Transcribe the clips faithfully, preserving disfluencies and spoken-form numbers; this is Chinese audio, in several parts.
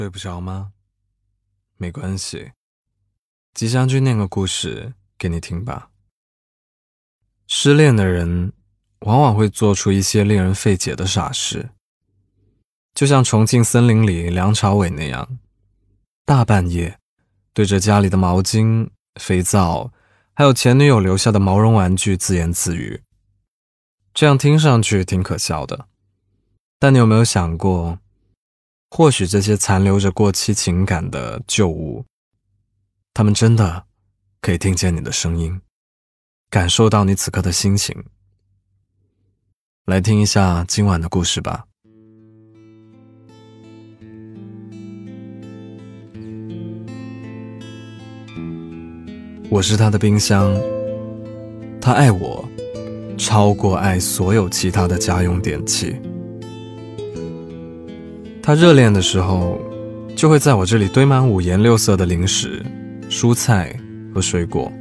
睡不着吗？没关系，吉祥君念个故事给你听吧。失恋的人往往会做出一些令人费解的傻事，就像重庆森林里梁朝伟那样，大半夜对着家里的毛巾、肥皂还有前女友留下的毛绒玩具自言自语。这样听上去挺可笑的，但你有没有想过，或许这些残留着过期情感的旧物，他们真的可以听见你的声音，感受到你此刻的心情。来听一下今晚的故事吧。我是他的冰箱，他爱我超过爱所有其他的家用电器。他热恋的时候，就会在我这里堆满五颜六色的零食、蔬菜和水果。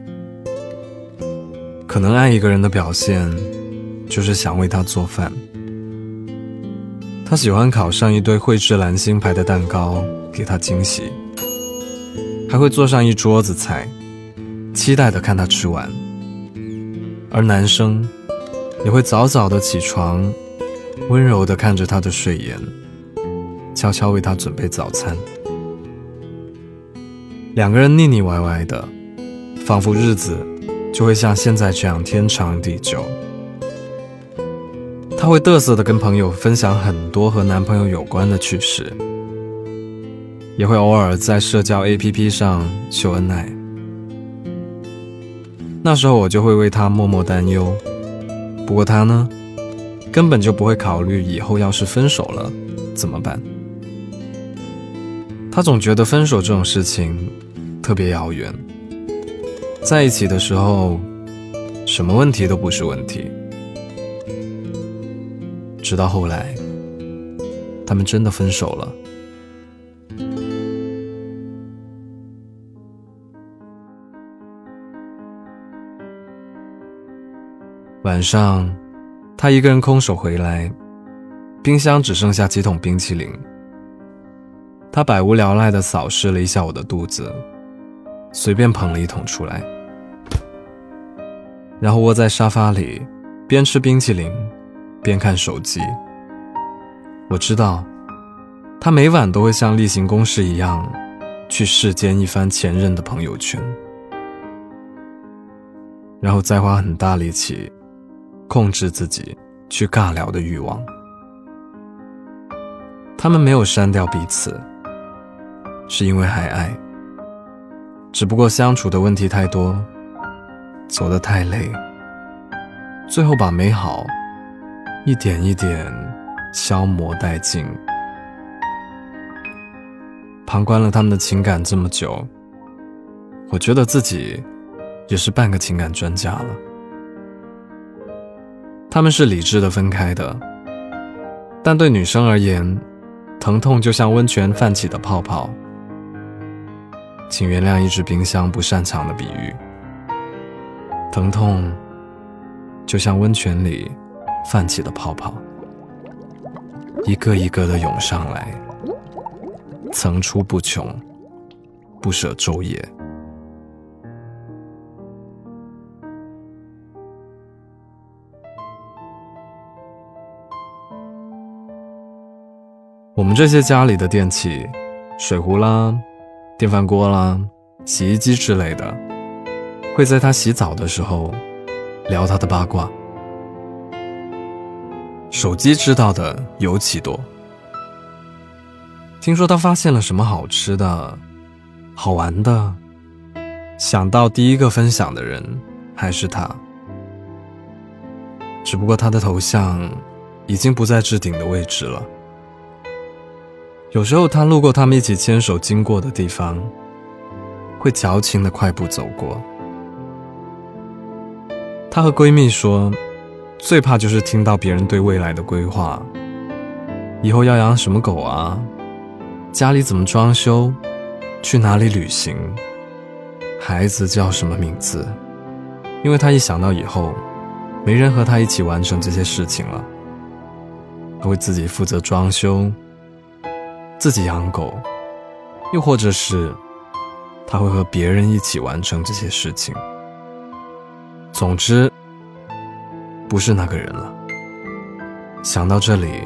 可能爱一个人的表现，就是想为他做饭。他喜欢烤上一堆绘制蓝星牌的蛋糕给他惊喜，还会做上一桌子菜，期待地看他吃完。而男生也会早早地起床，温柔地看着他的睡颜，悄悄为他准备早餐。两个人腻腻歪歪的，仿佛日子就会像现在这样天长地久。他会嘚瑟地跟朋友分享很多和男朋友有关的趣事，也会偶尔在社交 A P P 上秀恩爱。那时候我就会为他默默担忧，不过他呢，根本就不会考虑以后要是分手了怎么办。他总觉得分手这种事情特别遥远，在一起的时候什么问题都不是问题。直到后来他们真的分手了。晚上他一个人空手回来，冰箱只剩下几桶冰淇淋。他百无聊赖地扫视了一下我的肚子，随便捧了一桶出来，然后窝在沙发里，边吃冰淇淋边看手机。我知道他每晚都会像例行公事一样去视奸一番前任的朋友圈，然后再花很大力气控制自己去尬聊的欲望。他们没有删掉彼此，是因为还爱，只不过相处的问题太多，走得太累，最后把美好一点一点消磨殆尽。旁观了他们的情感这么久，我觉得自己也是半个情感专家了。他们是理智的分开的，但对女生而言，疼痛就像温泉泛起的泡泡。请原谅一只冰箱不擅长的比喻，疼痛就像温泉里泛起的泡泡，一个一个的涌上来，层出不穷，不舍昼夜。我们这些家里的电器，水壶啦、电饭锅啦、洗衣机之类的，会在他洗澡的时候聊他的八卦。手机知道的尤其多，听说他发现了什么好吃的、好玩的，想到第一个分享的人还是他。只不过他的头像已经不在置顶的位置了。有时候他路过他们一起牵手经过的地方，会矫情的快步走过。她和闺蜜说，最怕就是听到别人对未来的规划，以后要养什么狗啊，家里怎么装修，去哪里旅行，孩子叫什么名字。因为她一想到以后没人和她一起完成这些事情了，她会自己负责装修，自己养狗， 又或者是他会和别人一起完成这些事情。总之，不是那个人了。想到这里，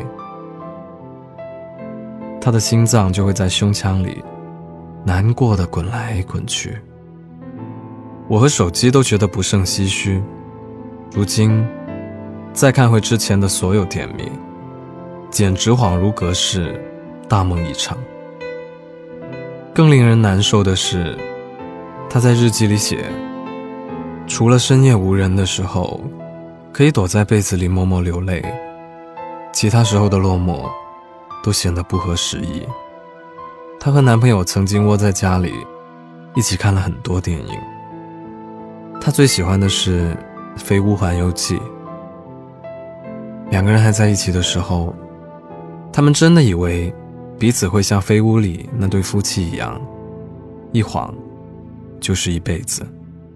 他的心脏就会在胸腔里难过的滚来滚去。我和手机都觉得不胜唏嘘，如今再看回之前的所有甜蜜，简直恍如隔世，大梦一场。更令人难受的是，他在日记里写，除了深夜无人的时候可以躲在被子里默默流泪，其他时候的落寞都显得不合时宜。她和男朋友曾经窝在家里一起看了很多电影，她最喜欢的是《飞屋环游记》。两个人还在一起的时候，他们真的以为彼此会像飞屋里那对夫妻一样，一晃就是一辈子。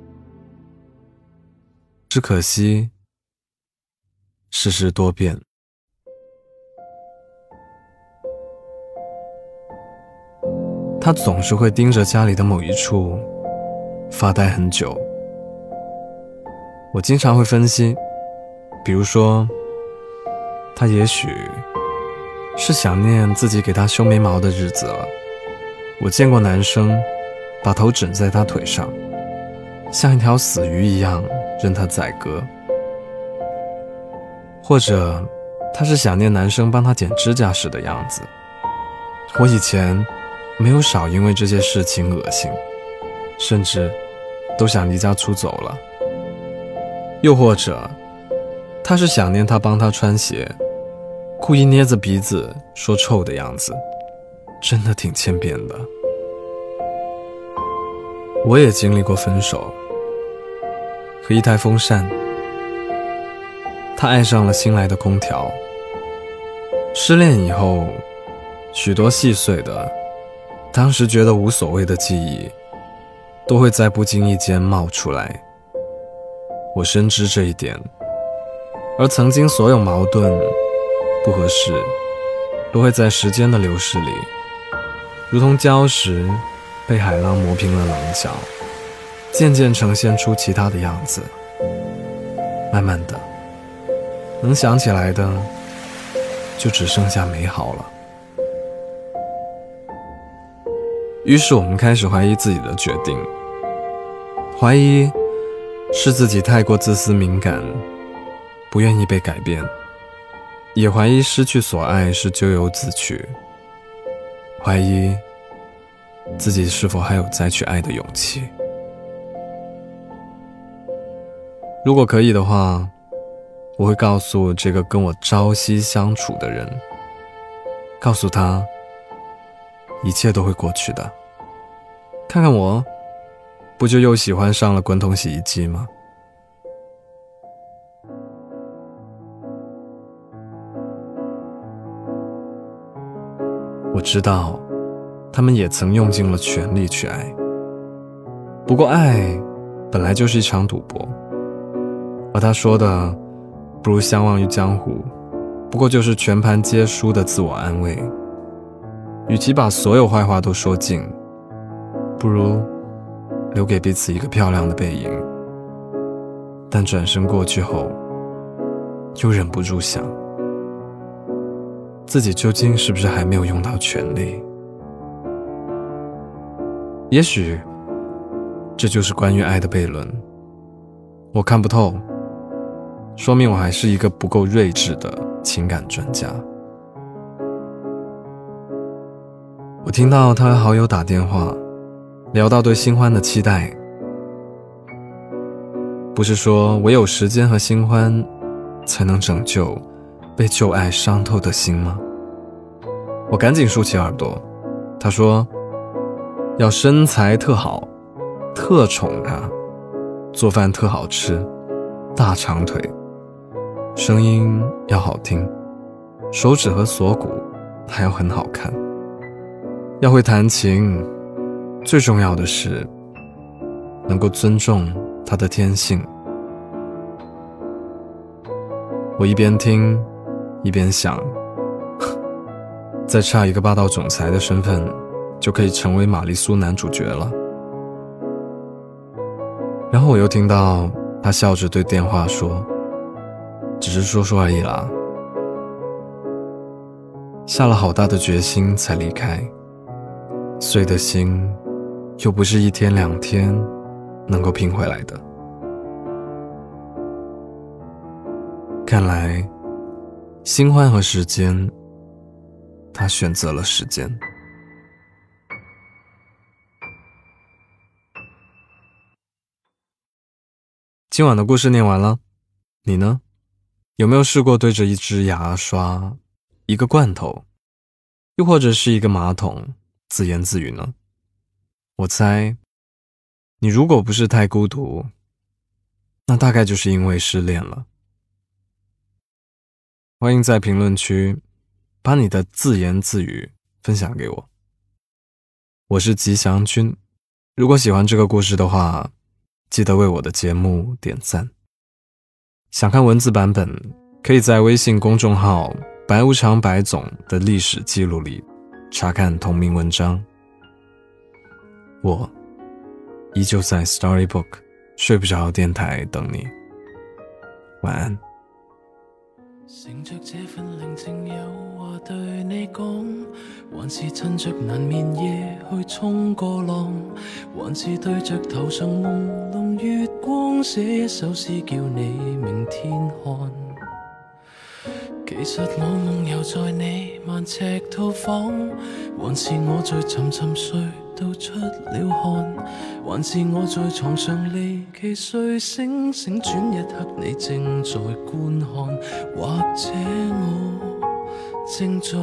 只可惜世事多变，他总是会盯着家里的某一处发呆很久。我经常会分析，比如说他也许是想念自己给他修眉毛的日子了。我见过男生把头枕在他腿上，像一条死鱼一样任他宰割。或者他是想念男生帮他剪指甲时的样子。我以前没有少因为这些事情恶心，甚至都想离家出走了。又或者他是想念他帮他穿鞋，故意捏着鼻子说臭的样子，真的挺欠扁的。我也经历过分手，和一台风扇，他爱上了新来的空调。失恋以后，许多细碎的当时觉得无所谓的记忆都会在不经意间冒出来。我深知这一点，而曾经所有矛盾不合适都会在时间的流逝里如同礁石被海浪磨平了棱角，渐渐呈现出其他的样子。慢慢的能想起来的就只剩下美好了。于是我们开始怀疑自己的决定，怀疑是自己太过自私敏感，不愿意被改变，也怀疑失去所爱是咎由自取，怀疑自己是否还有再去爱的勇气。如果可以的话，我会告诉这个跟我朝夕相处的人，告诉他一切都会过去的。看看我，不就又喜欢上了滚筒洗衣机吗？我知道他们也曾用尽了全力去爱，不过爱本来就是一场赌博，而他说的不如相忘于江湖，不过就是全盘皆输的自我安慰。与其把所有坏话都说尽，不如留给彼此一个漂亮的背影。但转身过去后，又忍不住想，自己究竟是不是还没有用到全力？也许这就是关于爱的悖论。我看不透，说明我还是一个不够睿智的情感专家。我听到他和好友打电话，聊到对新欢的期待。不是说唯有时间和新欢才能拯救被旧爱伤透的心吗？我赶紧竖起耳朵。他说要身材特好，特宠他，做饭特好吃，大长腿，声音要好听，手指和锁骨还要很好看，要会弹琴，最重要的是能够尊重他的天性。我一边听一边想，再差一个霸道总裁的身份就可以成为玛丽苏男主角了。然后我又听到他笑着对电话说，只是说说而已啦。下了好大的决心才离开，碎的心又不是一天两天能够拼回来的。看来新欢和时间，他选择了时间。今晚的故事念完了，你呢？有没有试过对着一支牙刷、一个罐头，又或者是一个马桶自言自语呢？我猜，你如果不是太孤独，那大概就是因为失恋了。欢迎在评论区把你的自言自语分享给我。我是吉祥君，如果喜欢这个故事的话，记得为我的节目点赞。想看文字版本，可以在微信公众号白无常白总的历史记录里查看同名文章。我依旧在 Storybook 睡不着电台等你，晚安。 乘着這份寧靜有話對你講，還是趁着難眠夜去衝個浪，還是對着頭上朦朧月光寫一首詩叫你明天看。其實我夢遊在你萬尺套房，還是我在沉沉睡到出了汗，還是我在床上離奇睡醒，醒轉一刻你正在觀看，或者我正在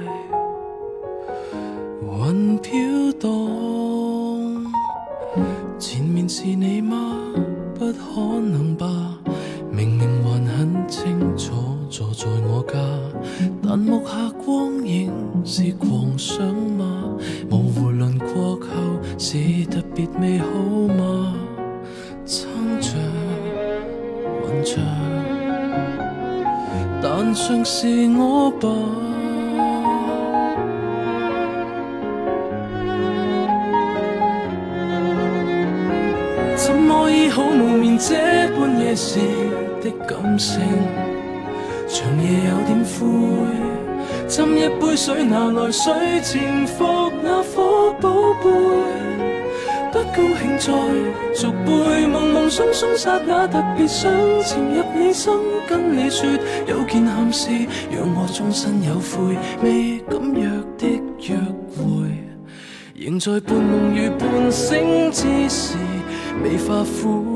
雲飄蕩。前面是你嗎？不可能吧，明明還很清楚坐在我家，但目下光影是狂想嗎？模糊輪廓後是特別美好嗎？撐着暈着，但像是我吧。怎麼醫好無眠這半夜時的感性？長夜有點灰，斟一杯水拿來睡前服那顆寶貝。不高興再續背，朦朦鬆鬆剎那特別想潛入你心，跟你說有件憾事，讓我終身有悔，未敢約的約會，仍在半夢與半醒之時未化灰。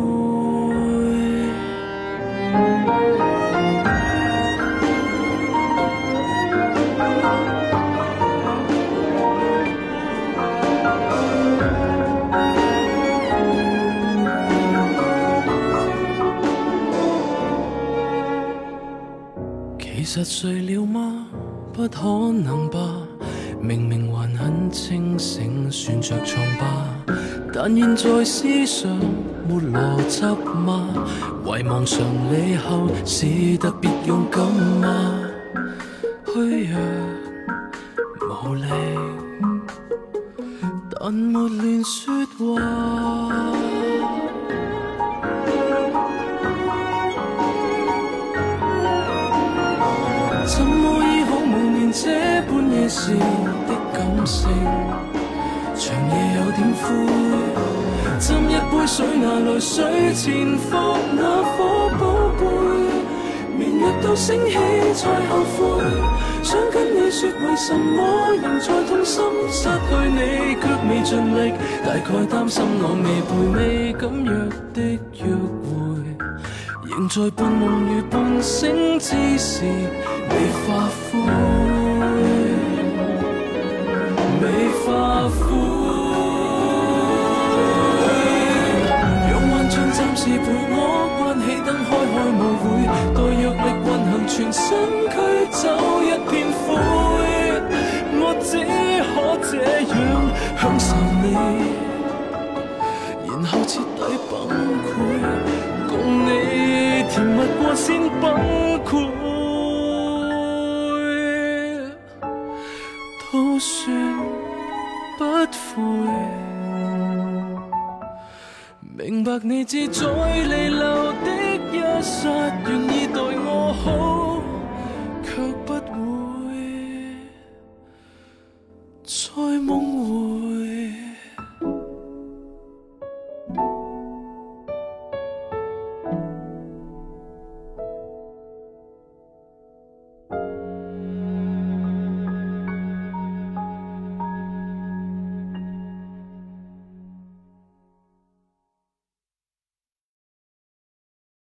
其實睡了嗎？不可能吧，明明還很清醒，算着床吧。但現在思想沒邏輯嗎？遺忘常理後是特別勇敢嗎？虛弱無力，但沒亂說話。怎麼醫好無眠這半夜時的感性？長夜有點灰，斟一杯水拿來睡前服那顆寶貝。明日到醒起才後悔，想跟你說為什麼仍在痛心，失去你卻未盡力，大概擔心我未陪未敢約的約會，仍在半夢與半醒之時未化灰，未化灰。讓幻象暫時陪我，關起燈開開舞會，待藥力運行全身驅走一片灰。我只可這樣享受你，然後徹底崩潰，共你甜蜜過先崩潰。都算不悔。明白你志在彌留的一剎，願意待我好。